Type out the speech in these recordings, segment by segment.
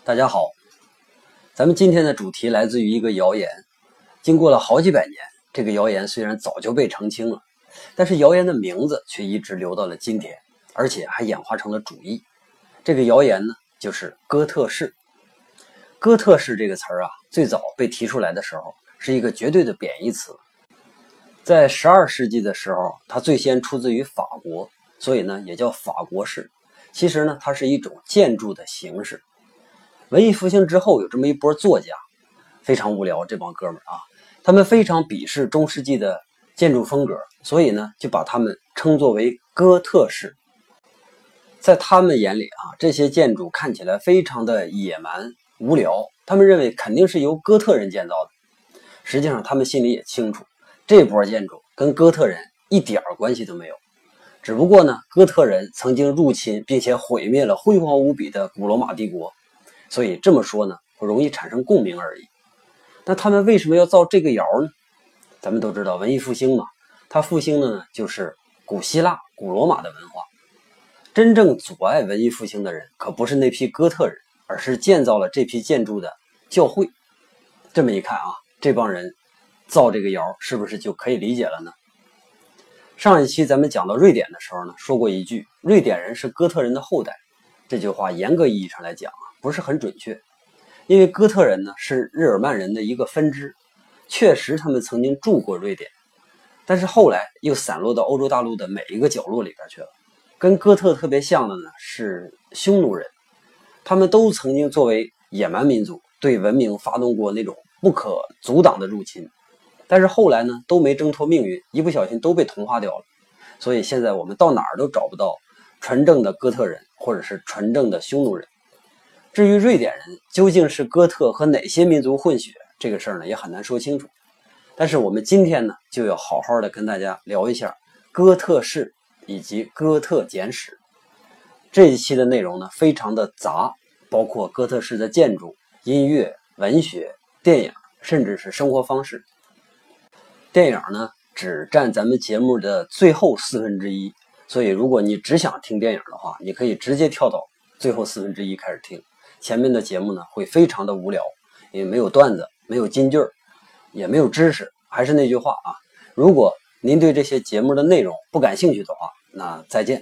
大家好，咱们今天的主题来自于一个谣言。经过了好几百年，这个谣言虽然早就被澄清了，但是谣言的名字却一直留到了今天，而且还演化成了主义。这个谣言呢，就是哥特式。哥特式这个词儿啊，最早被提出来的时候是一个绝对的贬义词。在12世纪的时候，它最先出自于法国，所以呢也叫法国式。其实呢，它是一种建筑的形式。文艺复兴之后，有这么一波作家，非常无聊，这帮哥们儿啊，他们非常鄙视中世纪的建筑风格，所以呢，就把他们称作为哥特式。在他们眼里啊，这些建筑看起来非常的野蛮无聊，他们认为肯定是由哥特人建造的。实际上，他们心里也清楚，这波建筑跟哥特人一点关系都没有。只不过呢，哥特人曾经入侵并且毁灭了辉煌无比的古罗马帝国。所以这么说呢，容易产生共鸣而已。那他们为什么要造这个谣呢？咱们都知道文艺复兴嘛，它复兴的呢就是古希腊、古罗马的文化。真正阻碍文艺复兴的人可不是那批哥特人，而是建造了这批建筑的教会。这么一看啊，这帮人造这个谣是不是就可以理解了呢？上一期咱们讲到瑞典的时候呢，说过一句瑞典人是哥特人的后代。这句话严格意义上来讲不是很准确，因为哥特人呢是日耳曼人的一个分支，确实他们曾经住过瑞典，但是后来又散落到欧洲大陆的每一个角落里边去了。跟哥特特别像的呢是匈奴人，他们都曾经作为野蛮民族对文明发动过那种不可阻挡的入侵，但是后来呢都没挣脱命运，一不小心都被同化掉了。所以现在我们到哪儿都找不到纯正的哥特人或者是纯正的匈奴人。至于瑞典人究竟是哥特和哪些民族混血，这个事儿呢也很难说清楚。但是我们今天呢就要好好的跟大家聊一下哥特式以及哥特简史。这一期的内容呢非常的杂，包括哥特式的建筑、音乐、文学、电影，甚至是生活方式。电影呢只占咱们节目的最后1/4，所以如果你只想听电影的话，你可以直接跳到最后1/4开始听。前面的节目呢会非常的无聊，因为没有段子，没有金句，也没有知识。还是那句话啊，如果您对这些节目的内容不感兴趣的话，那再见。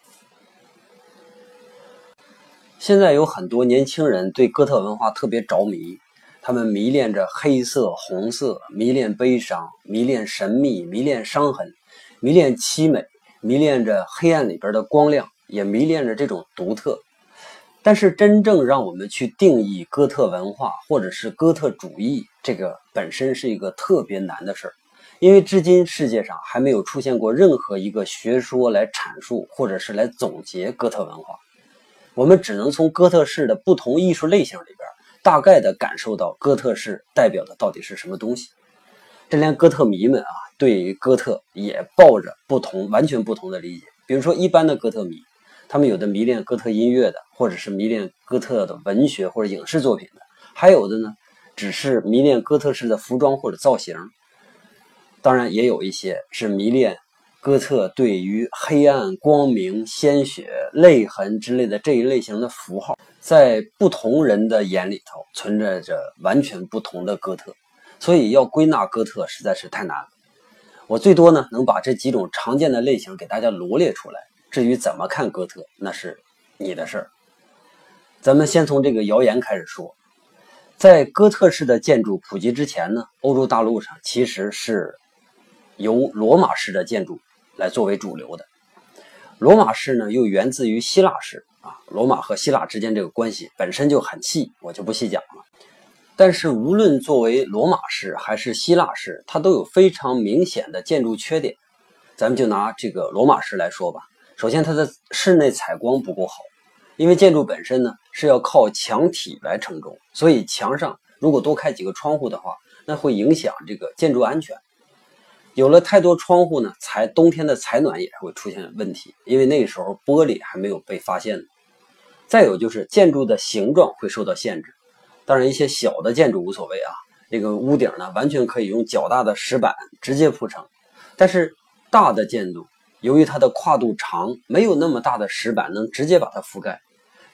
现在有很多年轻人对哥特文化特别着迷，他们迷恋着黑色、红色，迷恋悲伤，迷恋神秘，迷恋伤痕，迷恋凄美，迷恋着黑暗里边的光亮，也迷恋着这种独特。但是真正让我们去定义哥特文化或者是哥特主义，这个本身是一个特别难的事儿，因为至今世界上还没有出现过任何一个学说来阐述或者是来总结哥特文化。我们只能从哥特式的不同艺术类型里边大概的感受到哥特式代表的到底是什么东西。这连哥特迷们啊，对于哥特也抱着完全不同的理解。比如说一般的哥特迷，他们有的迷恋哥特音乐的，或者是迷恋哥特的文学或者影视作品的，还有的呢只是迷恋哥特式的服装或者造型。当然也有一些是迷恋哥特对于黑暗、光明、鲜血、泪痕之类的这一类型的符号，在不同人的眼里头存在着完全不同的哥特，所以要归纳哥特实在是太难了。我最多呢能把这几种常见的类型给大家罗列出来，至于怎么看哥特，那是你的事儿。咱们先从这个谣言开始说。在哥特式的建筑普及之前呢，欧洲大陆上其实是由罗马式的建筑来作为主流的。罗马式呢又源自于希腊式啊，罗马和希腊之间这个关系本身就很细，我就不细讲了。但是无论作为罗马式还是希腊式，它都有非常明显的建筑缺点。咱们就拿这个罗马式来说吧。首先它的室内采光不够好，因为建筑本身呢是要靠墙体来承重，所以墙上如果多开几个窗户的话，那会影响这个建筑安全。有了太多窗户呢，冬天的采暖也会出现问题，因为那个时候玻璃还没有被发现。再有就是建筑的形状会受到限制。当然一些小的建筑无所谓啊，这个屋顶呢完全可以用较大的石板直接铺成，但是大的建筑由于它的跨度长，没有那么大的石板能直接把它覆盖，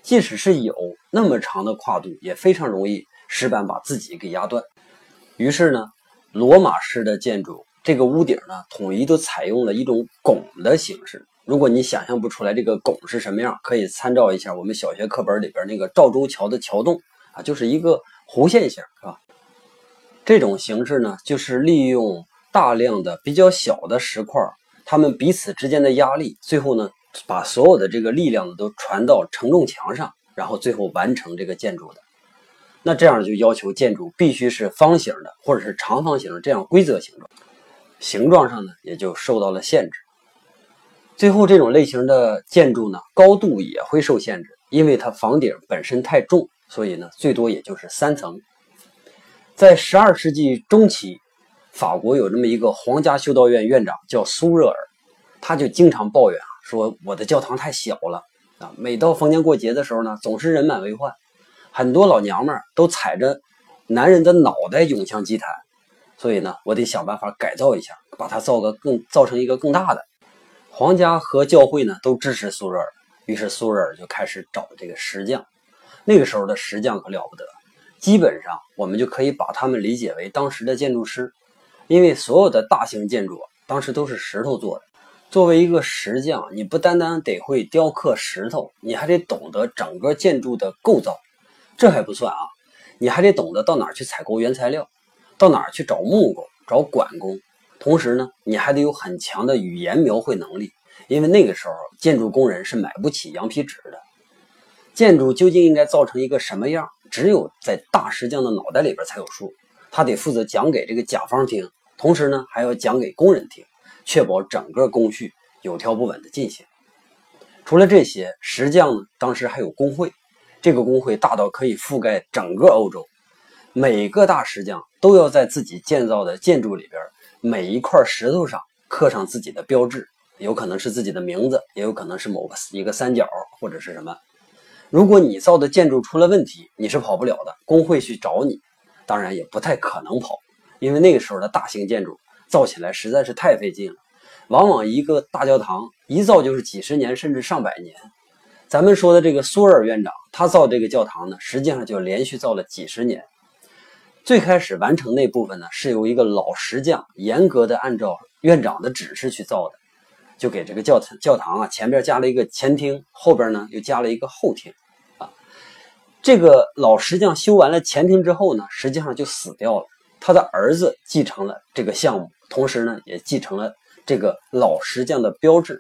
即使是有那么长的跨度，也非常容易石板把自己给压断。于是呢，罗马式的建筑这个屋顶呢，统一都采用了一种拱的形式。如果你想象不出来这个拱是什么样，可以参照一下我们小学课本里边那个赵州桥的桥洞啊，就是一个弧线形，是吧？这种形式呢，就是利用大量的比较小的石块，它们彼此之间的压力，最后呢，把所有的这个力量呢都传到承重墙上，然后最后完成这个建筑的。那这样就要求建筑必须是方形的，或者是长方形这样规则形状，形状上呢也就受到了限制。最后这种类型的建筑呢，高度也会受限制，因为它房顶本身太重，所以呢最多也就是3层。在12世纪中期，法国有这么一个皇家修道院院长叫苏热尔，他就经常抱怨说我的教堂太小了啊，每到逢年过节的时候呢，总是人满为患，很多老娘们都踩着男人的脑袋涌向祭坛，所以呢，我得想办法改造一下，把它造成一个更大的。皇家和教会呢都支持苏热尔，于是苏热尔就开始找这个石匠。那个时候的石匠可了不得，基本上我们就可以把他们理解为当时的建筑师，因为所有的大型建筑当时都是石头做的。作为一个石匠，你不单单得会雕刻石头，你还得懂得整个建筑的构造。这还不算啊，你还得懂得到哪儿去采购原材料，到哪儿去找木工、找管工。同时呢，你还得有很强的语言描绘能力，因为那个时候建筑工人是买不起羊皮纸的。建筑究竟应该造成一个什么样，只有在大石匠的脑袋里边才有数。他得负责讲给这个甲方听，同时呢还要讲给工人听，确保整个工序有条不紊的进行。除了这些，石匠呢当时还有工会，这个工会大到可以覆盖整个欧洲，每个大石匠都要在自己建造的建筑里边每一块石头上刻上自己的标志，有可能是自己的名字，也有可能是一个三角或者是什么。如果你造的建筑出了问题，你是跑不了的，工会去找你，当然也不太可能跑，因为那个时候的大型建筑造起来实在是太费劲了，往往一个大教堂一造就是几十年甚至上百年。咱们说的这个苏尔院长，他造这个教堂呢，实际上就连续造了几十年。最开始完成那部分呢，是由一个老石匠严格的按照院长的指示去造的，就给这个教堂啊前边加了一个前厅，后边呢又加了一个后厅啊。这个老石匠修完了前厅之后呢，实际上就死掉了，他的儿子继承了这个项目，同时呢也继承了这个老石匠的标志。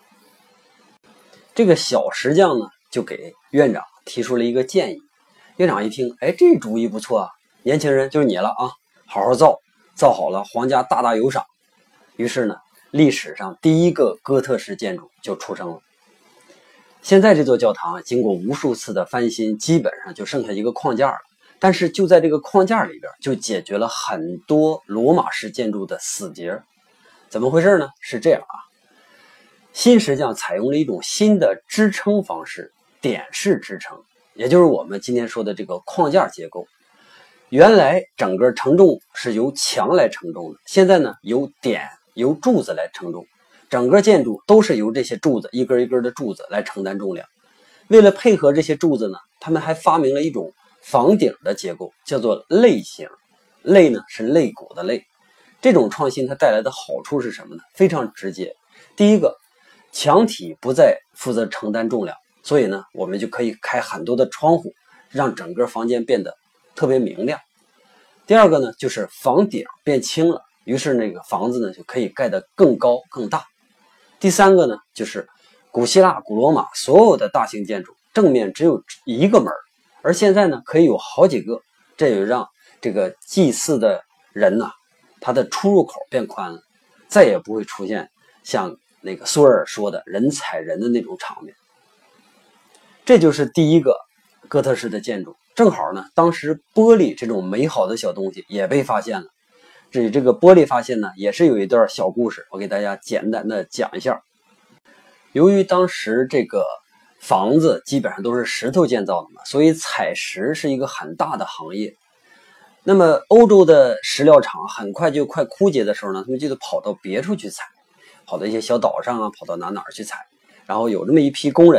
这个小石匠呢就给院长提出了一个建议，院长一听，哎，这主意不错啊，年轻人就是你了啊，好好造，造好了皇家大大有赏。于是呢，历史上第一个哥特式建筑就出生了。现在这座教堂经过无数次的翻新，基本上就剩下一个框架了，但是就在这个框架里边就解决了很多罗马式建筑的死结。怎么回事呢？是这样啊，新石匠采用了一种新的支撑方式，点式支撑，也就是我们今天说的这个框架结构。原来整个承重是由墙来承重的，现在呢由柱子来承重，整个建筑都是由这些柱子一根一根的柱子来承担重量。为了配合这些柱子呢，他们还发明了一种房顶的结构，叫做肋型。肋呢是肋骨的肋。这种创新它带来的好处是什么呢？非常直接。第一个，墙体不再负责承担重量，所以呢我们就可以开很多的窗户，让整个房间变得特别明亮。第二个呢，就是房顶变轻了，于是那个房子呢就可以盖得更高更大。第三个呢，就是古希腊、古罗马所有的大型建筑正面只有一个门，而现在呢可以有好几个，这也让这个祭祀的人呢，他的出入口变宽了，再也不会出现像那个苏尔说的人踩人的那种场面。这就是第一个哥特式的建筑。正好呢，当时玻璃这种美好的小东西也被发现了。至于这个玻璃发现呢，也是有一段小故事，我给大家简单的讲一下。由于当时这个房子基本上都是石头建造的嘛，所以采石是一个很大的行业。那么欧洲的石料厂很快就快枯竭的时候呢，他们就得跑到别处去采，跑到一些小岛上啊，跑到哪儿去采。然后有这么一批工人呢，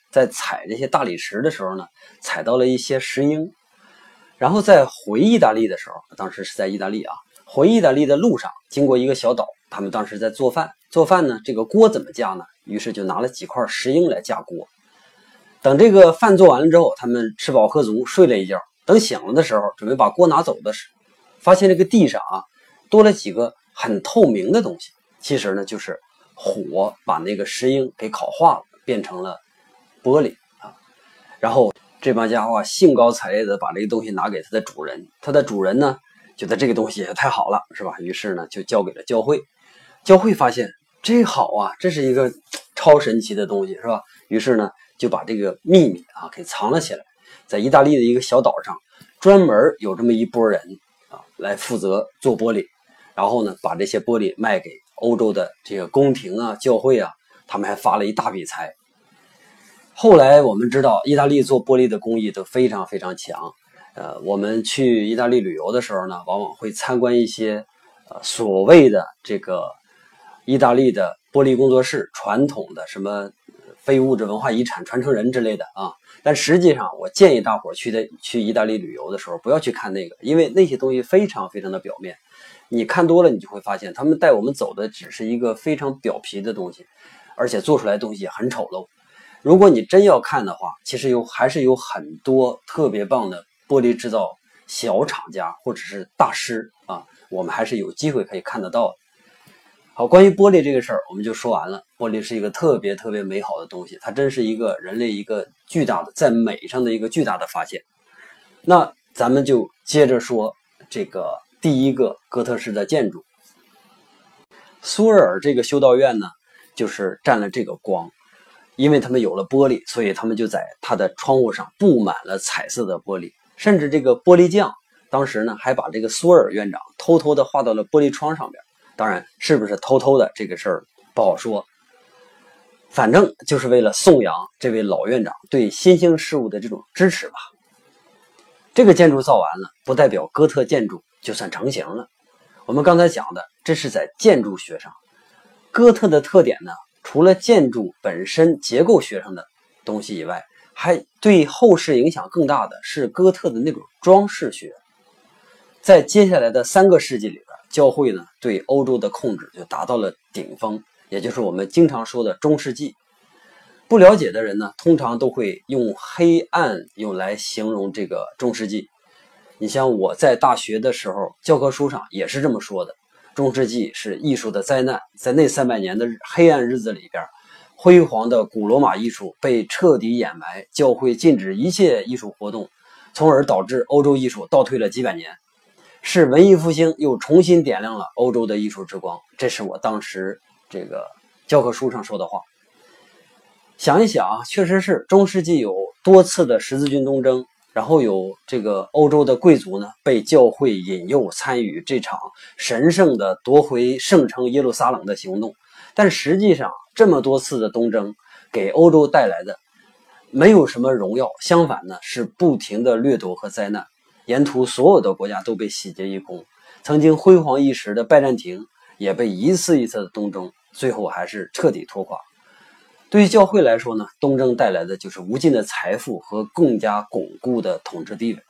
在采这些大理石的时候呢，采到了一些石英。然后在回意大利的时候，当时是在意大利啊，回意大利的路上经过一个小岛，他们当时在做饭。做饭呢，这个锅怎么架呢？于是就拿了几块石英来架锅。等这个饭做完了之后，他们吃饱喝足，睡了一觉。等醒了的时候，准备把锅拿走的时候，发现这个地上啊多了几个很透明的东西。其实呢，就是火把那个石英给烤化了，变成了玻璃啊。然后这帮家伙兴高采烈的把这个东西拿给他的主人，他的主人呢觉得这个东西也太好了，是吧？于是呢就交给了教会。教会发现这好啊，这是一个超神奇的东西，是吧？于是呢就把这个秘密啊给藏了起来，在意大利的一个小岛上，专门有这么一拨人啊来负责做玻璃，然后呢把这些玻璃卖给欧洲的这个宫廷啊、教会啊，他们还发了一大笔财。后来我们知道，意大利做玻璃的工艺都非常非常强。我们去意大利旅游的时候呢，往往会参观一些所谓的这个意大利的玻璃工作室，传统的什么非物质文化遗产传承人之类的啊。但实际上，我建议大伙去意大利旅游的时候，不要去看那个，因为那些东西非常非常的表面。你看多了，你就会发现，他们带我们走的只是一个非常表皮的东西，而且做出来的东西也很丑陋。如果你真要看的话，其实还是有很多特别棒的玻璃制造小厂家或者是大师啊，我们还是有机会可以看得到的。好，关于玻璃这个事儿，我们就说完了。玻璃是一个特别特别美好的东西，它真是一个人类一个巨大的在美上的一个巨大的发现。那咱们就接着说这个第一个哥特式的建筑。苏日尔这个修道院呢，就是占了这个光。因为他们有了玻璃，所以他们就在他的窗户上布满了彩色的玻璃，甚至这个玻璃匠当时呢还把这个苏尔院长偷偷的画到了玻璃窗上边。当然是不是偷偷的这个事儿不好说，反正就是为了颂扬这位老院长对新兴事物的这种支持吧。这个建筑造完了，不代表哥特建筑就算成型了。我们刚才讲的这是在建筑学上，哥特的特点呢，除了建筑本身结构学上的东西以外，还对后世影响更大的是哥特的那种装饰学。在接下来的3个世纪里边，教会呢对欧洲的控制就达到了顶峰，也就是我们经常说的中世纪。不了解的人呢，通常都会用黑暗用来形容这个中世纪。你像我在大学的时候，教科书上也是这么说的。中世纪是艺术的灾难，在那300年的黑暗日子里边，辉煌的古罗马艺术被彻底掩埋，教会禁止一切艺术活动，从而导致欧洲艺术倒退了几百年。是文艺复兴又重新点亮了欧洲的艺术之光，这是我当时这个教科书上说的话。想一想，确实是中世纪有多次的十字军东征，然后有这个欧洲的贵族呢被教会引诱参与这场神圣的夺回圣城耶路撒冷的行动。但实际上这么多次的东征给欧洲带来的没有什么荣耀，相反呢是不停的掠夺和灾难。沿途所有的国家都被洗劫一空，曾经辉煌一时的拜占庭也被一次一次的东征，最后还是彻底拖垮。对于教会来说呢，东征带来的就是无尽的财富和更加巩固的统治地位。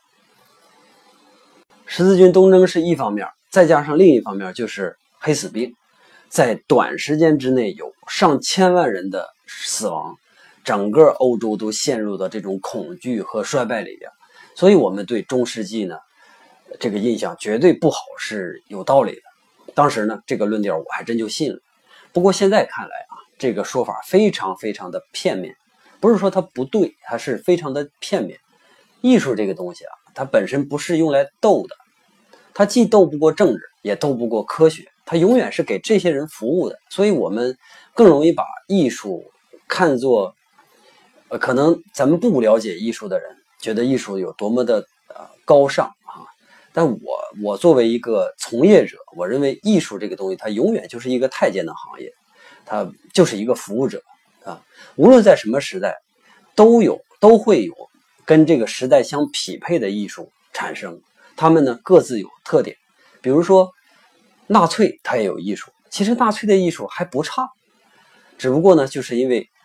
十字军东征是一方面，再加上另一方面就是黑死病，在短时间之内有上千万人的死亡，整个欧洲都陷入到这种恐惧和衰败里边。所以我们对中世纪呢这个印象绝对不好是有道理的。当时呢这个论调我还真就信了。不过现在看来啊，这个说法非常非常的片面，不是说它不对，它是非常的片面。艺术这个东西啊，它本身不是用来斗的，它既斗不过政治，也斗不过科学，它永远是给这些人服务的。所以我们更容易把艺术看作可能咱们不了解艺术的人觉得艺术有多么的高尚啊，但我作为一个从业者，我认为艺术这个东西它永远就是一个太监的行业，它就是一个服务者啊。无论在什么时代，都会有跟这个时代相匹配的艺术产生，他们呢各自有特点。比如说纳粹它也有艺术，其实纳粹的艺术还不差，只不过呢就是因为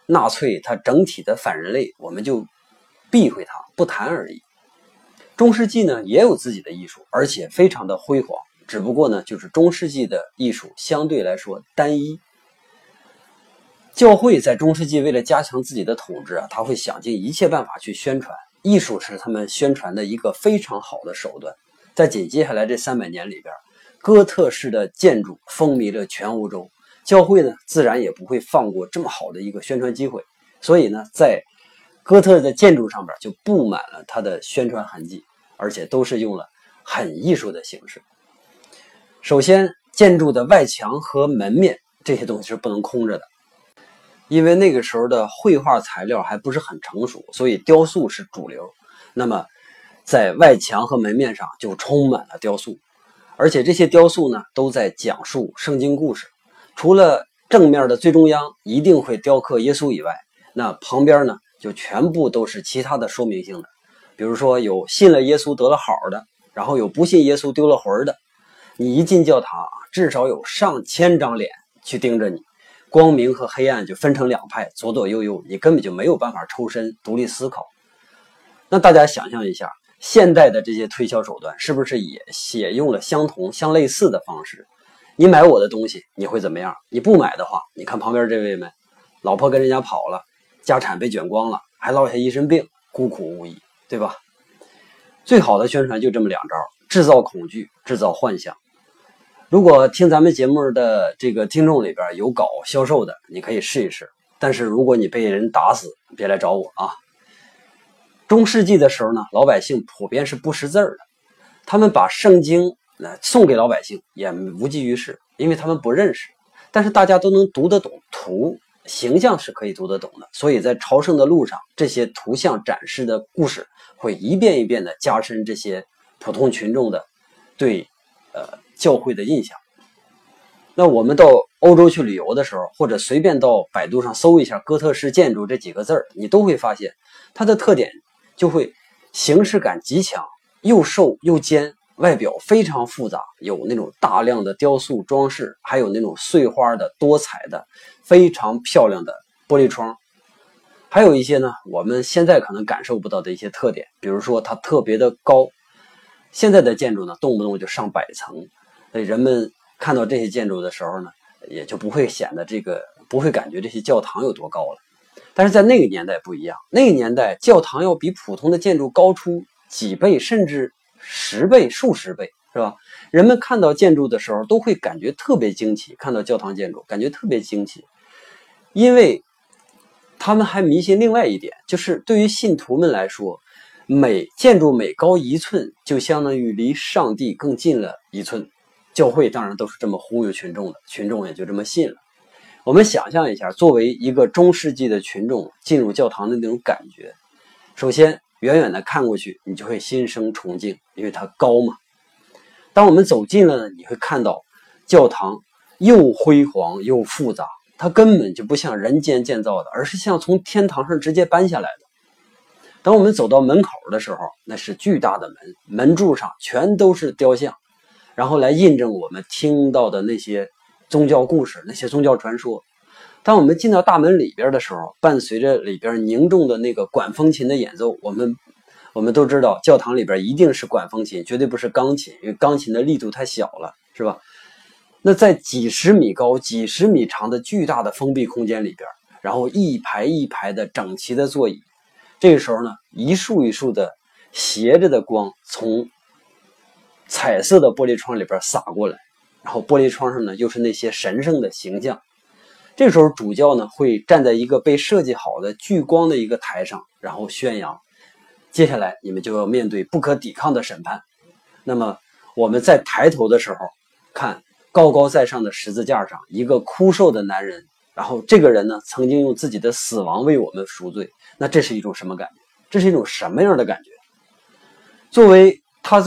纳粹它整体的反人类，我们就避讳它不谈而已。中世纪呢也有自己的艺术，而且非常的辉煌，只不过呢就是中世纪的艺术相对来说单一。教会在中世纪为了加强自己的统治他会想尽一切办法去宣传，艺术是他们宣传的一个非常好的手段。在紧接下来这300年里边，哥特式的建筑风靡了全欧洲，教会呢自然也不会放过这么好的一个宣传机会，所以呢在哥特的建筑上边就布满了它的宣传痕迹，而且都是用了很艺术的形式。首先，建筑的外墙和门面这些东西是不能空着的，因为那个时候的绘画材料还不是很成熟，所以雕塑是主流。那么在外墙和门面上就充满了雕塑，而且这些雕塑呢都在讲述圣经故事。除了正面的最中央一定会雕刻耶稣以外，那旁边呢就全部都是其他的说明性的，比如说有信了耶稣得了好的，然后有不信耶稣丢了魂的。你一进教堂，至少有上千张脸去盯着你，光明和黑暗就分成2派，左左右右，你根本就没有办法抽身独立思考。那大家想象一下，现代的这些推销手段是不是也写用了相类似的方式？你买我的东西你会怎么样？你不买的话，你看旁边这位们，老婆跟人家跑了，家产被卷光了，还落下一身病，孤苦无依，对吧？最好的宣传就这么2招，制造恐惧，制造幻想。如果听咱们节目的这个听众里边有搞销售的，你可以试一试，但是如果你被人打死，别来找我啊。中世纪的时候呢，老百姓普遍是不识字的，他们把圣经送给老百姓也无济于事，因为他们不认识，但是大家都能读得懂图，形象是可以读得懂的，所以在朝圣的路上，这些图像展示的故事会一遍一遍的加深这些普通群众的对教会的印象。那我们到欧洲去旅游的时候，或者随便到百度上搜一下哥特式建筑这几个字，你都会发现它的特点就会形式感极强，又瘦又尖，外表非常复杂，有那种大量的雕塑装饰，还有那种碎花的多彩的非常漂亮的玻璃窗。还有一些呢我们现在可能感受不到的一些特点，比如说它特别的高，现在的建筑呢动不动就上100层，所以人们看到这些建筑的时候呢，也就不会感觉这些教堂有多高了。但是在那个年代不一样，那个年代教堂要比普通的建筑高出几倍，甚至10倍、数十倍，是吧？人们看到建筑的时候都会感觉特别惊奇，看到教堂建筑感觉特别惊奇，因为他们还迷信另外一点，就是对于信徒们来说，建筑每高1寸就相当于离上帝更近了1寸。教会当然都是这么忽悠群众的，群众也就这么信了。我们想象一下，作为一个中世纪的群众进入教堂的那种感觉，首先远远的看过去，你就会心生崇敬，因为它高嘛。当我们走近了呢，你会看到教堂又辉煌又复杂，它根本就不像人间建造的，而是像从天堂上直接搬下来的。当我们走到门口的时候，那是巨大的门，门柱上全都是雕像，然后来印证我们听到的那些宗教故事，那些宗教传说。当我们进到大门里边的时候，伴随着里边凝重的那个管风琴的演奏，我们都知道教堂里边一定是管风琴，绝对不是钢琴，因为钢琴的力度太小了，是吧？那在几十米高、几十米长的巨大的封闭空间里边，然后一排一排的整齐的座椅，这个时候呢，一束一束的斜着的光从彩色的玻璃窗里边洒过来，然后玻璃窗上呢又是那些神圣的形象。这个时候主教呢会站在一个被设计好的聚光的一个台上，然后宣扬，接下来你们就要面对不可抵抗的审判。那么我们在抬头的时候，看高高在上的十字架上一个枯瘦的男人，然后这个人呢曾经用自己的死亡为我们赎罪。那这是一种什么感觉？这是一种什么样的感觉？作为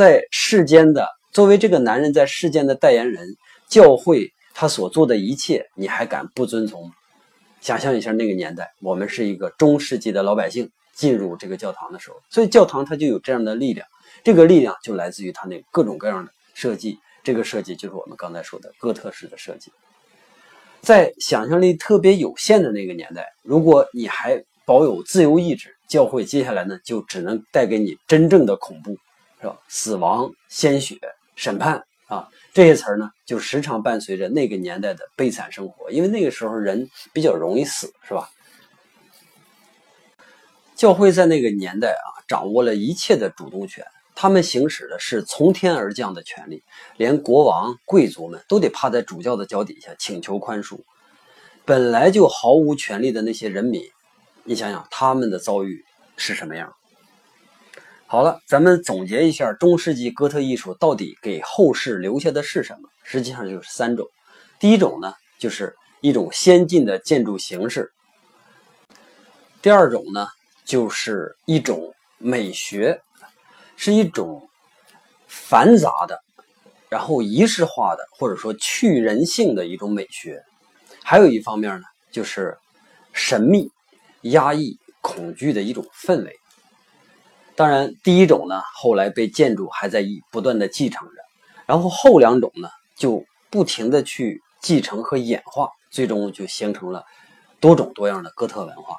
这个男人在世间的代言人，教会他所做的一切，你还敢不遵从吗？想象一下那个年代，我们是一个中世纪的老百姓进入这个教堂的时候，所以教堂它就有这样的力量，这个力量就来自于它那各种各样的设计，这个设计就是我们刚才说的哥特式的设计。 在想象力特别有限的那个年代，如果你还保有自由意志，教会接下来呢就只能带给你真正的恐怖，是吧？死亡、鲜血、审判啊，这些词儿呢就时常伴随着那个年代的悲惨生活，因为那个时候人比较容易死，是吧？教会在那个年代掌握了一切的主动权，他们行使的是从天而降的权利，连国王、贵族们都得趴在主教的脚底下请求宽恕。本来就毫无权利的那些人民，你想想他们的遭遇是什么样？好了，咱们总结一下中世纪哥特艺术到底给后世留下的是什么？实际上就是3种。第一种呢，就是一种先进的建筑形式；第二种呢，就是一种美学，是一种繁杂的，然后仪式化的，或者说去人性的一种美学。还有一方面呢，就是神秘、压抑、恐惧的一种氛围。当然，第一种呢，后来被建筑还在不断的继承着，然后后2种呢，就不停的去继承和演化，最终就形成了多种多样的哥特文化。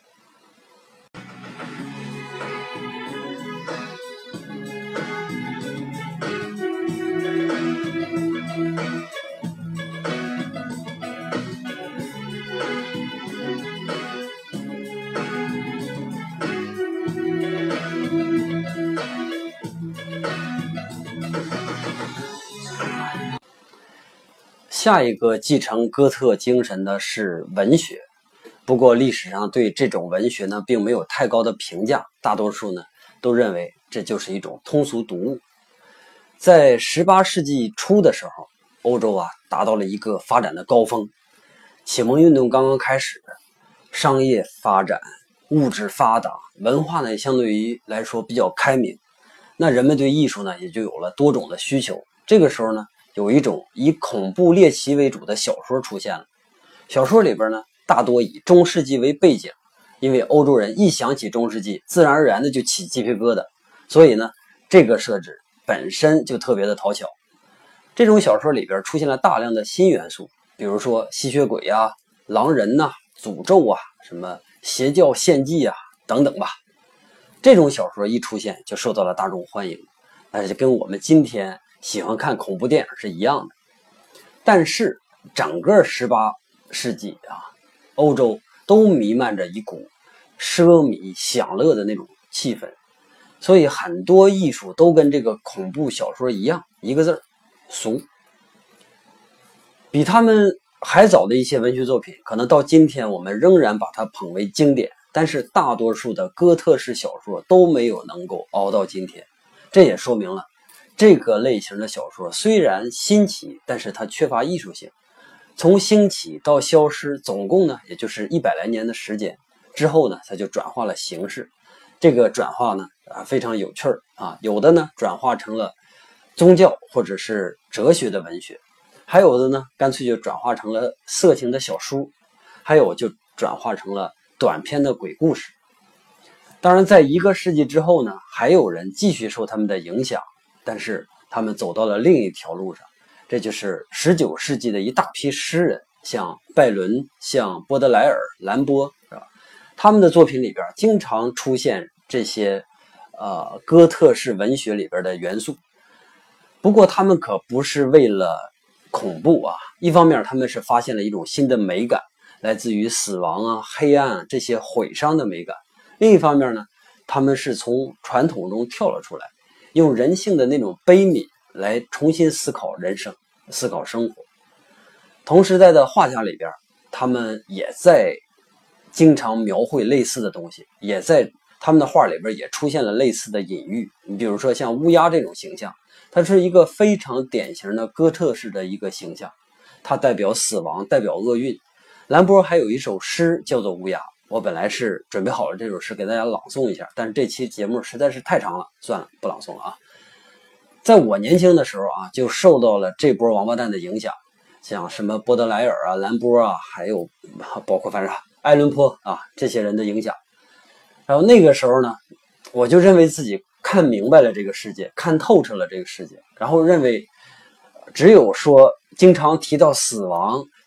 下一个继承哥特精神的是文学，不过历史上对这种文学呢并没有太高的评价，大多数呢都认为这就是一种通俗读物。在18世纪初的时候，欧洲达到了一个发展的高峰，启蒙运动刚刚开始，商业发展，物质发达，文化呢也相对于来说比较开明，那人们对艺术呢也就有了多种的需求。这个时候呢，有一种以恐怖猎奇为主的小说出现了。小说里边呢，大多以中世纪为背景，因为欧洲人一想起中世纪，自然而然的就起鸡皮疙瘩，所以呢，这个设置本身就特别的讨巧。这种小说里边出现了大量的新元素，比如说吸血鬼狼人诅咒什么邪教献祭等等吧。这种小说一出现就受到了大众欢迎，那就跟我们今天喜欢看恐怖电影是一样的。但是整个18世纪欧洲都弥漫着一股奢靡享乐的那种气氛，所以很多艺术都跟这个恐怖小说一样，一个字儿俗。比他们还早的一些文学作品，可能到今天我们仍然把它捧为经典，但是大多数的哥特式小说都没有能够熬到今天。这也说明了这个类型的小说虽然新奇，但是它缺乏艺术性。从兴起到消失，总共呢也就是100来年的时间，之后呢它就转化了形式。这个转化呢非常有趣有的呢转化成了宗教或者是哲学的文学，还有的呢干脆就转化成了色情的小书，还有就转化成了短篇的鬼故事。当然在1个世纪之后呢，还有人继续受他们的影响，但是他们走到了另一条路上，这就是19世纪的一大批诗人，像拜伦、像波德莱尔、兰波，他们的作品里边经常出现这些哥特式文学里边的元素。不过他们可不是为了恐怖一方面他们是发现了一种新的美感，来自于死亡黑暗这些毁伤的美感。另一方面呢，他们是从传统中跳了出来，用人性的那种悲悯来重新思考人生，思考生活。同时代的画家里边，他们也在经常描绘类似的东西，也在他们的画里边也出现了类似的隐喻。你比如说像乌鸦这种形象，它是一个非常典型的哥特式的一个形象，它代表死亡，代表厄运。兰波还有一首诗叫做《乌鸦》，我本来是准备好了这首诗给大家朗诵一下，但是这期节目实在是太长了，算了，不朗诵了在我年轻的时候就受到了这波王八蛋的影响，像什么波德莱尔兰波还有包括反正爱伦坡这些人的影响。然后那个时候呢，我就认为自己看明白了这个世界，看透彻了这个世界，然后认为只有说经常提到死亡，经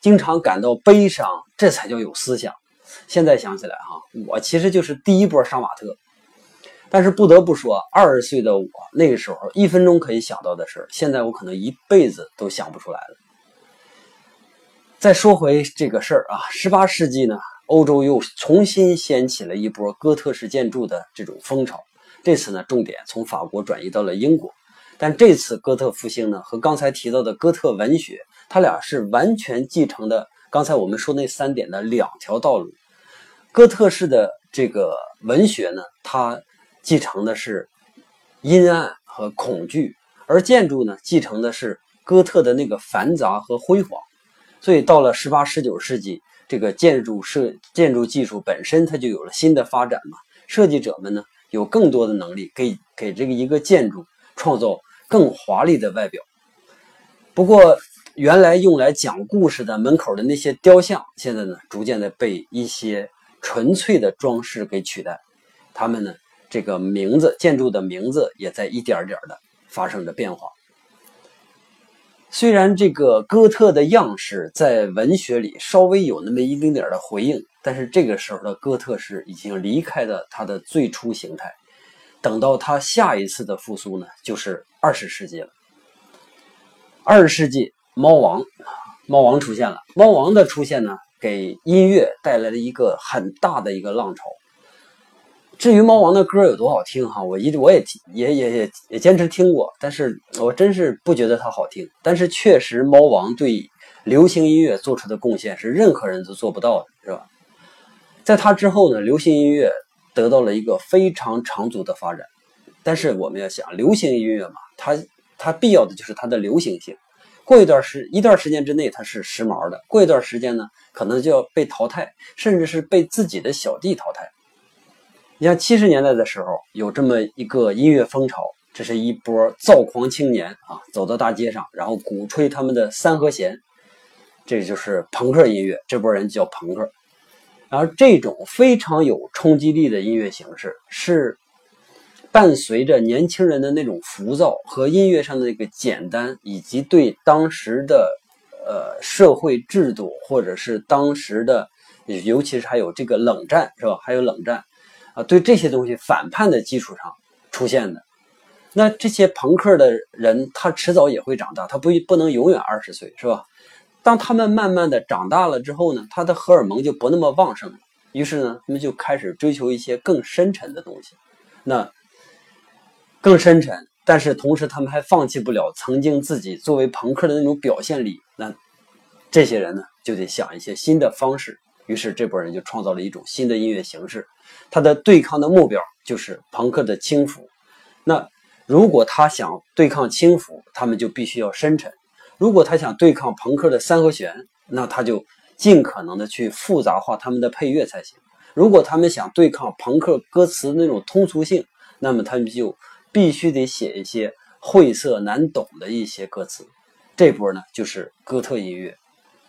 经常感到悲伤，这才叫有思想。现在想起来哈，我其实就是第一波杀马特。但是不得不说，20岁的我那个时候1分钟可以想到的事，现在我可能一辈子都想不出来了。再说回这个事儿啊，18世纪呢，欧洲又重新掀起了一波哥特式建筑的这种风潮。这次呢，重点从法国转移到了英国。但这次哥特复兴呢，和刚才提到的哥特文学，它俩是完全继承的刚才我们说那3点的2条道路。哥特式的这个文学呢，它继承的是阴暗和恐惧，而建筑呢，继承的是哥特的那个繁杂和辉煌。所以到了18、19世纪，这个建筑技术本身它就有了新的发展嘛，设计者们呢有更多的能力给这个一个建筑创造更华丽的外表。不过原来用来讲故事的门口的那些雕像，现在呢逐渐的被一些纯粹的装饰给取代。他们呢这个建筑的名字也在一点点的发生着变化。虽然这个哥特的样式在文学里稍微有那么一丁点的回应，但是这个时候的哥特式已经离开了它的最初形态。等到它下一次的复苏呢，就是20世纪了。20世纪，猫王出现了。猫王的出现呢，给音乐带来了一个很大的一个浪潮。至于猫王的歌有多好听哈，我也坚持听过，但是我真是不觉得它好听。但是确实，猫王对流行音乐做出的贡献是任何人都做不到的，是吧？在他之后呢，流行音乐得到了一个非常长足的发展。但是我们要想，流行音乐嘛，它必要的就是它的流行性。过一段时间之内它是时髦的，过一段时间呢，可能就要被淘汰，甚至是被自己的小弟淘汰。你像70年代的时候，有这么一个音乐风潮，这是一波躁狂青年啊，走到大街上，然后鼓吹他们的3和弦，这就是朋克音乐，这波人叫朋克。然后这种非常有冲击力的音乐形式，是伴随着年轻人的那种浮躁和音乐上的那个简单，以及对当时的社会制度，或者是当时的，尤其是还有这个冷战，是吧？还有冷战。对这些东西反叛的基础上出现的。那这些朋克的人，他迟早也会长大，他不能永远20岁，是吧？当他们慢慢的长大了之后呢，他的荷尔蒙就不那么旺盛了，于是呢，他们就开始追求一些更深沉的东西。那更深沉，但是同时他们还放弃不了曾经自己作为朋克的那种表现力。那这些人呢，就得想一些新的方式。于是这波人就创造了一种新的音乐形式，他的对抗的目标就是朋克的轻浮。那如果他想对抗轻浮，他们就必须要深沉；如果他想对抗朋克的3和弦，那他就尽可能的去复杂化他们的配乐才行。如果他们想对抗朋克歌词那种通俗性，那么他们就必须得写一些晦涩难懂的一些歌词。这波呢，就是哥特音乐。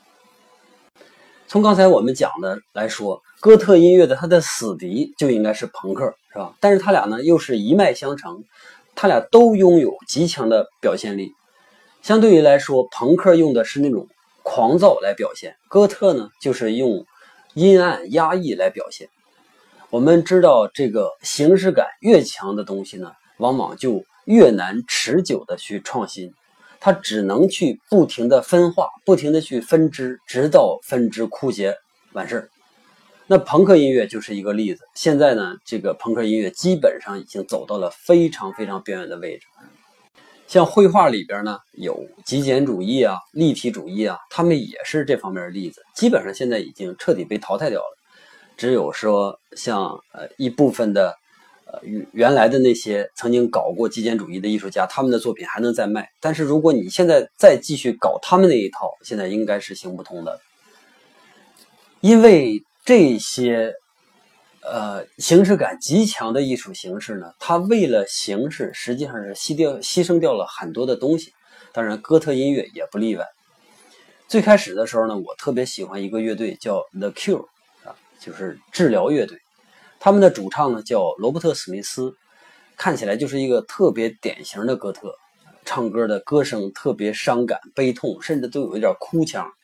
从刚才我们讲的来说，哥特音乐的它的死敌就应该是朋克，是吧？但是他俩呢又是一脉相承，他俩都拥有极强的表现力。相对于来说，朋克用的是那种狂躁来表现，哥特呢就是用阴暗压抑来表现。我们知道，这个形式感越强的东西呢，往往就越难持久的去创新。它只能去不停的分化，不停的去分支，直到分支枯竭完事儿。那朋克音乐就是一个例子。现在呢，这个朋克音乐基本上已经走到了非常非常边缘的位置。像绘画里边呢，有极简主义啊、立体主义啊，他们也是这方面的例子。基本上现在已经彻底被淘汰掉了。只有说像一部分的原来的那些曾经搞过极简主义的艺术家，他们的作品还能再卖。但是如果你现在再继续搞他们那一套，现在应该是行不通的。因为这些形式感极强的艺术形式呢，它为了形式实际上是牺牲掉了很多的东西。当然哥特音乐也不例外。最开始的时候呢，我特别喜欢一个乐队叫 The Cure 啊，就是治疗乐队。他们的主唱呢叫罗伯特·史密斯，看起来就是一个特别典型的哥特，唱歌的歌声特别伤感悲痛，甚至都有一点哭腔。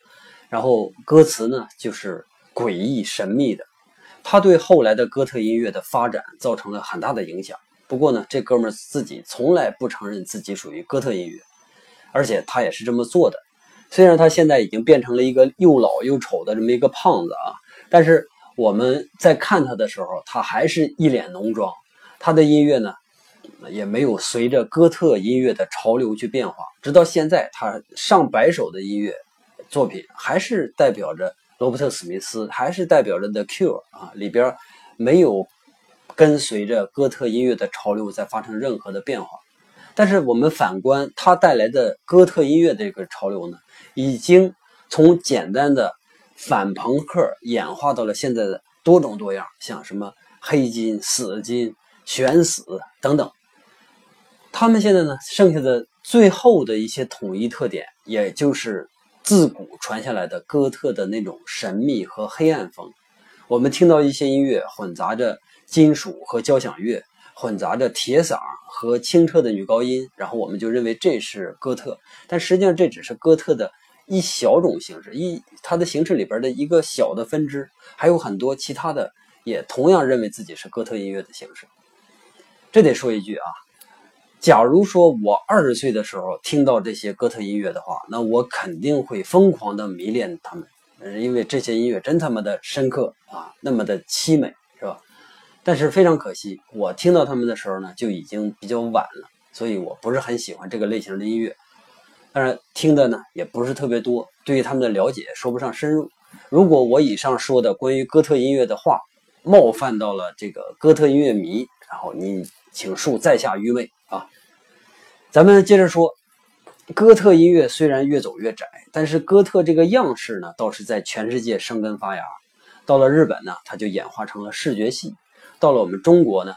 然后歌词呢就是诡异神秘的，他对后来的哥特音乐的发展造成了很大的影响。不过呢，这哥们儿自己从来不承认自己属于哥特音乐，而且他也是这么做的。虽然他现在已经变成了一个又老又丑的这么一个胖子啊，但是我们在看他的时候，他还是一脸浓妆。他的音乐呢，也没有随着哥特音乐的潮流去变化，直到现在，他上百首的音乐作品还是代表着罗伯特·史密斯，还是代表着 The Cure 啊，里边没有跟随着哥特音乐的潮流再发生任何的变化。但是我们反观他带来的哥特音乐这个潮流呢，已经从简单的反朋克演化到了现在的多种多样，像什么黑金、死金、悬死等等。他们现在呢，剩下的最后的一些统一特点，也就是自古传下来的哥特的那种神秘和黑暗风。我们听到一些音乐混杂着金属和交响乐，混杂着铁嗓和清澈的女高音，然后我们就认为这是哥特，但实际上这只是哥特的一小种形式，它的形式里边的一个小的分支，还有很多其他的也同样认为自己是哥特音乐的形式。这得说一句啊，假如说我20岁的时候听到这些哥特音乐的话，那我肯定会疯狂的迷恋他们，因为这些音乐真他妈的深刻啊，那么的凄美，是吧？但是非常可惜，我听到他们的时候呢，就已经比较晚了，所以我不是很喜欢这个类型的音乐。当然，听的呢也不是特别多，对于他们的了解说不上深入。如果我以上说的关于哥特音乐的话冒犯到了这个哥特音乐迷，然后你请恕在下愚昧啊。咱们接着说，哥特音乐虽然越走越窄，但是哥特这个样式呢，倒是在全世界生根发芽。到了日本呢，它就演化成了视觉系；到了我们中国呢，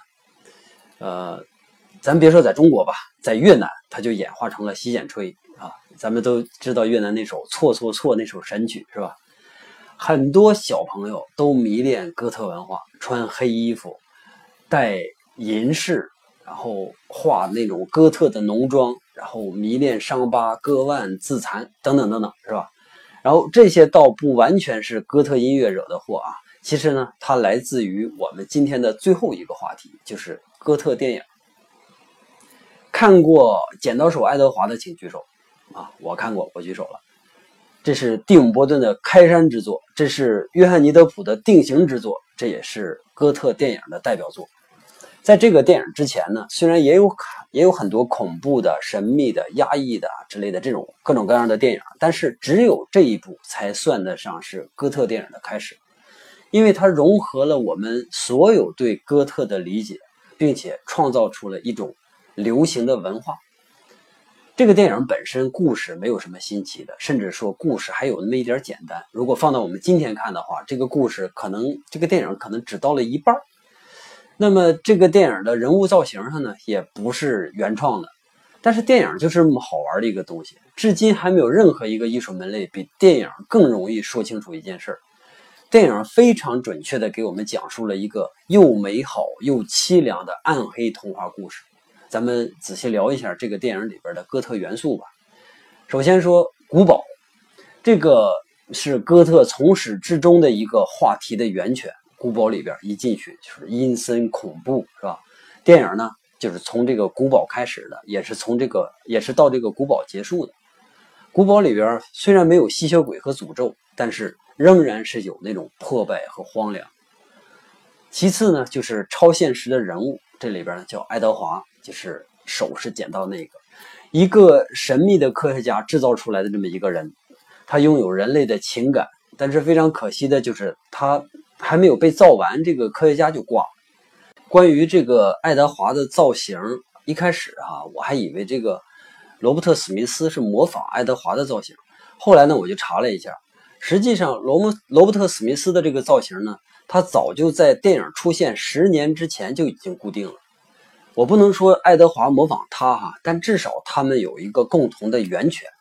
咱别说在中国吧，在越南它就演化成了洗剪吹啊。咱们都知道越南那首《错错错》那首神曲是吧？很多小朋友都迷恋哥特文化，穿黑衣服，戴银饰，然后画那种哥特的浓妆，然后迷恋伤疤、割腕、自残等等等等，是吧？然后这些倒不完全是哥特音乐惹的祸啊，其实呢，它来自于我们今天的最后一个话题，就是哥特电影。看过《剪刀手爱德华》的请举手啊！我看过，我举手了。这是蒂姆·波顿的开山之作，这是约翰尼·德普的定型之作，这也是哥特电影的代表作。在这个电影之前呢，虽然也有很多恐怖的、神秘的、压抑的之类的这种各种各样的电影，但是只有这一部才算得上是哥特电影的开始，因为它融合了我们所有对哥特的理解，并且创造出了一种流行的文化。这个电影本身故事没有什么新奇的，甚至说故事还有那么一点简单。如果放到我们今天看的话，这个电影可能只到了一半。那么这个电影的人物造型上呢，也不是原创的。但是电影就是这么好玩的一个东西，至今还没有任何一个艺术门类比电影更容易说清楚一件事。电影非常准确地给我们讲述了一个又美好又凄凉的暗黑童话故事。咱们仔细聊一下这个电影里边的哥特元素吧。首先说古堡，这个是哥特从始至终的一个话题的源泉。古堡里边一进去就是阴森恐怖，是吧？电影呢就是从这个古堡开始的，也是到这个古堡结束的。古堡里边虽然没有吸血鬼和诅咒，但是仍然是有那种破败和荒凉。其次呢，就是超现实的人物，这里边呢叫爱德华，就是手是捡到那个一个神秘的科学家制造出来的这么一个人，他拥有人类的情感，但是非常可惜的就是他还没有被造完，这个科学家就挂了。关于这个爱德华的造型，一开始我还以为这个罗伯特·史密斯是模仿爱德华的造型，后来呢我就查了一下，实际上罗伯特·史密斯的这个造型呢，他早就在电影出现10年之前就已经固定了。我不能说爱德华模仿他但至少他们有一个共同的源泉。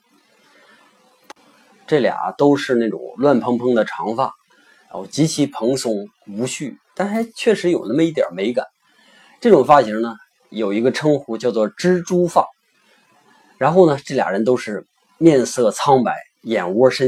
这俩都是那种乱蓬蓬的长发，然后极其蓬松无序，但还确实有那么一点美感。这种发型呢，有一个称呼叫做蜘蛛发。然后呢，这俩人都是面色苍白，眼窝深陷，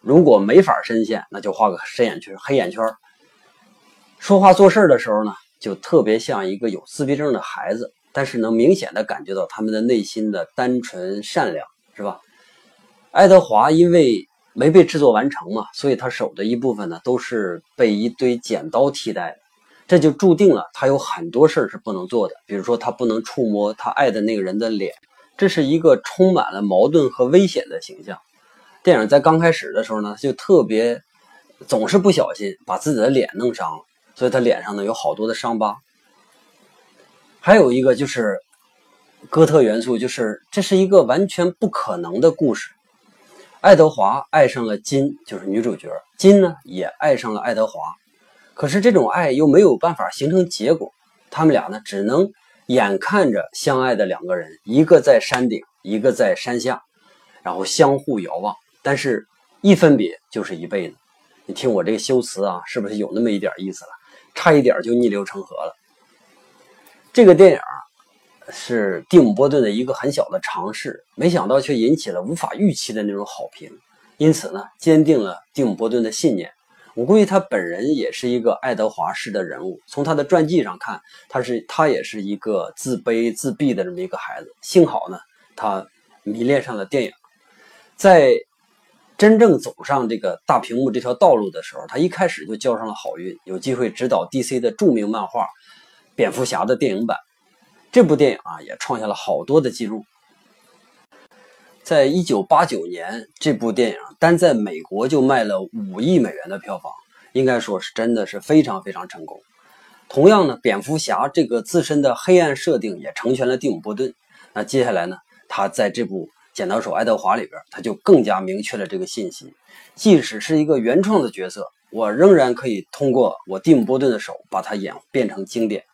如果没法深陷，那就画个黑眼圈。说话做事的时候呢，就特别像一个有自闭症的孩子，但是能明显的感觉到他们的内心的单纯善良，是吧？爱德华因为没被制作完成嘛，所以他手的一部分呢都是被一堆剪刀替代的，这就注定了他有很多事是不能做的，比如说他不能触摸他爱的那个人的脸，这是一个充满了矛盾和危险的形象。电影在刚开始的时候呢，就特别总是不小心把自己的脸弄伤了，所以他脸上呢有好多的伤疤。还有一个就是哥特元素，就是这是一个完全不可能的故事。爱德华爱上了金，就是女主角，金呢也爱上了爱德华，可是这种爱又没有办法形成结果，他们俩呢只能眼看着相爱的两个人，一个在山顶，一个在山下，然后相互遥望，但是一分别就是一辈子。你听我这个修辞啊，是不是有那么一点意思了？差一点就逆流成河了。这个电影是蒂姆·波顿的一个很小的尝试，没想到却引起了无法预期的那种好评，因此呢，坚定了蒂姆·波顿的信念。我估计他本人也是一个爱德华式的人物，从他的传记上看，他也是一个自卑自闭的这么一个孩子。幸好呢，他迷恋上了电影，在真正走上这个大屏幕这条道路的时候，他一开始就交上了好运，有机会执导 DC 的著名漫画《蝙蝠侠》的电影版。这部电影啊，也创下了好多的记录。在1989年，这部电影单在美国就卖了5亿美元的票房，应该说是真的是非常非常成功。同样呢，蝙蝠侠这个自身的黑暗设定也成全了蒂姆·波顿。那接下来呢，他在这部剪刀手爱德华里边，他就更加明确了这个信息。即使是一个原创的角色，我仍然可以通过我蒂姆·波顿的手把它演变成经典。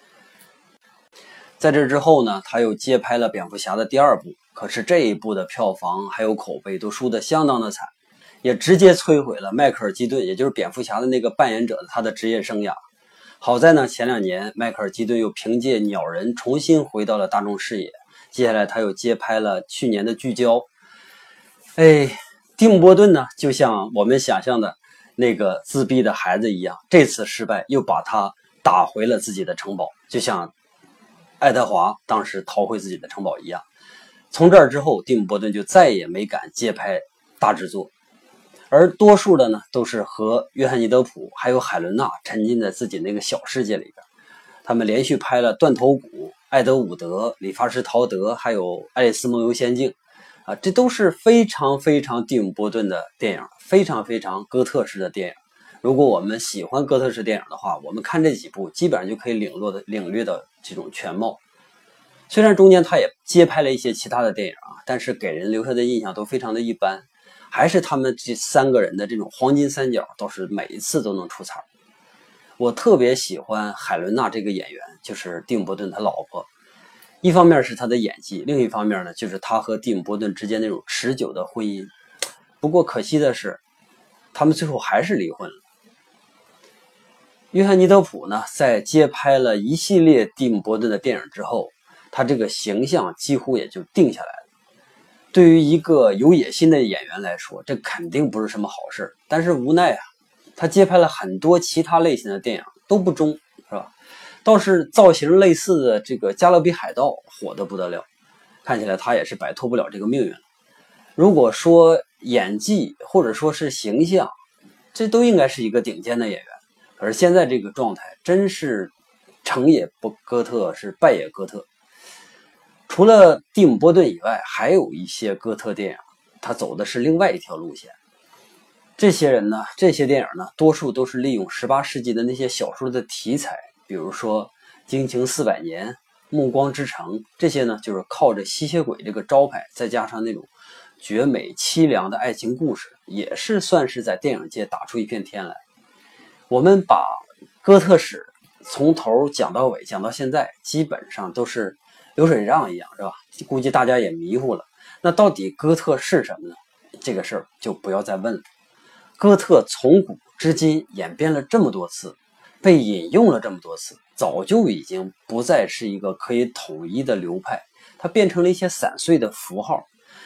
在这之后呢，他又接拍了蝙蝠侠的第2部，可是这一部的票房还有口碑都输得相当的惨，也直接摧毁了迈克尔·基顿，也就是蝙蝠侠的那个扮演者的他的职业生涯。好在呢，前2年迈克尔·基顿又凭借鸟人重新回到了大众视野，接下来他又接拍了去年的聚焦。蒂姆·波顿呢，就像我们想象的那个自闭的孩子一样，这次失败又把他打回了自己的城堡，就像爱德华当时逃回自己的城堡一样。从这儿之后，蒂姆·波顿就再也没敢接拍大制作，而多数的呢都是和约翰尼·德普还有海伦娜沉浸在自己那个小世界里边。他们连续拍了断头谷、艾德伍德、理发师陶德还有爱丽丝梦游仙境啊，这都是非常非常蒂姆·波顿的电影，非常非常哥特式的电影。如果我们喜欢哥特式电影的话，我们看这几部基本上就可以领略到这种全貌。虽然中间他也接拍了一些其他的电影啊，但是给人留下的印象都非常的一般，还是他们这3个人的这种黄金三角倒是每一次都能出彩。我特别喜欢海伦娜这个演员，就是蒂姆·波顿他老婆。一方面是他的演技，另一方面呢，就是他和蒂姆·波顿之间那种持久的婚姻。不过可惜的是，他们最后还是离婚了。约翰尼·德普呢，在接拍了一系列蒂姆·波顿的电影之后，他这个形象几乎也就定下来了。对于一个有野心的演员来说，这肯定不是什么好事，但是无奈啊，他接拍了很多其他类型的电影都不中，是吧？倒是造型类似的这个《加勒比海盗》火得不得了，看起来他也是摆脱不了这个命运了。如果说演技或者说是形象，这都应该是一个顶尖的演员。可是现在这个状态真是成也不哥特，是败也哥特。除了蒂姆·波顿以外，还有一些哥特电影，他走的是另外一条路线。这些电影呢，多数都是利用18世纪的那些小说的题材，比如说《惊情400年》《暮光之城》，这些呢就是靠着吸血鬼这个招牌，再加上那种绝美凄凉的爱情故事，也是算是在电影界打出一片天来。我们把哥特史从头讲到尾，讲到现在，基本上都是流水账一样，是吧？估计大家也迷糊了。那到底哥特是什么呢？这个事儿就不要再问了。哥特从古至今演变了这么多次，被引用了这么多次，早就已经不再是一个可以统一的流派，它变成了一些散碎的符号。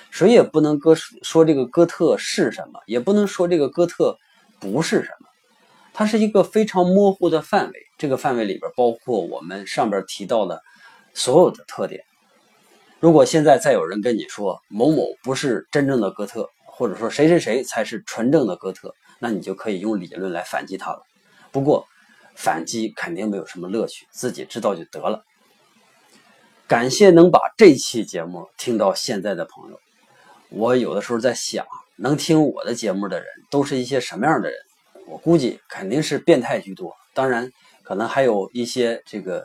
谁也不能说这个哥特是什么，也不能说这个哥特不是什么，它是一个非常模糊的范围，这个范围里边包括我们上边提到的所有的特点。如果现在再有人跟你说某某不是真正的哥特，或者说谁谁谁才是纯正的哥特，那你就可以用理论来反击他了。不过反击肯定没有什么乐趣，自己知道就得了。感谢能把这期节目听到现在的朋友。我有的时候在想，能听我的节目的人都是一些什么样的人？我估计肯定是变态居多，当然可能还有一些这个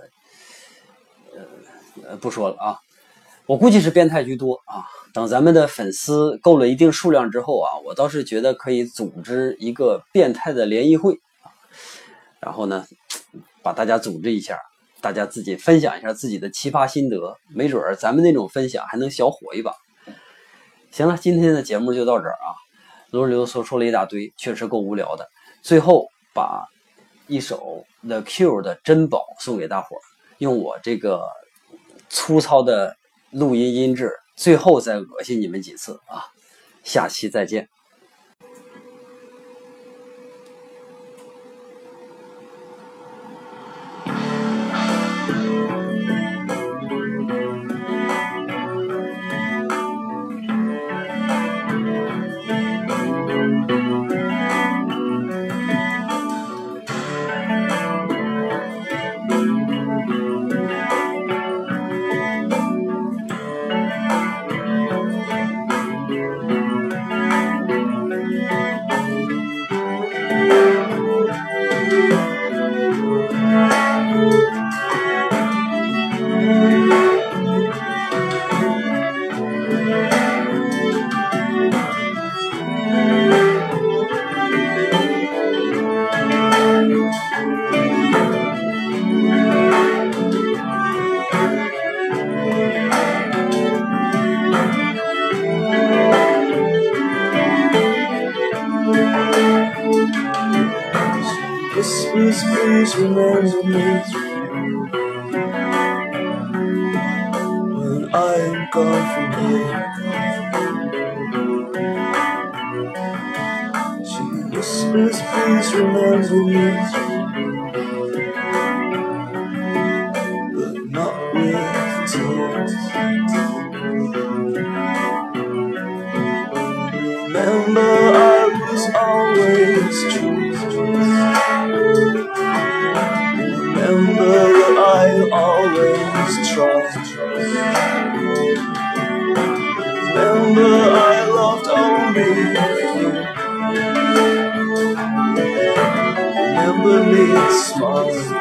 不说了啊，我估计是变态居多啊。等咱们的粉丝够了一定数量之后啊，我倒是觉得可以组织一个变态的联谊会啊，然后呢把大家组织一下，大家自己分享一下自己的奇葩心得，没准儿咱们那种分享还能小火一把。行了，今天的节目就到这儿啊，啰里啰嗦说了一大堆，确实够无聊的。最后把一首 The Cure 的珍宝送给大伙儿，用我这个粗糙的录音音质，最后再恶心你们几次啊！下期再见。 Whispers, please remember me when I am gone from here. She whispers, please remember me, but not with tears. Remember, I was always true. Remember that I always tried. Remember I loved only you. Remember me smiling.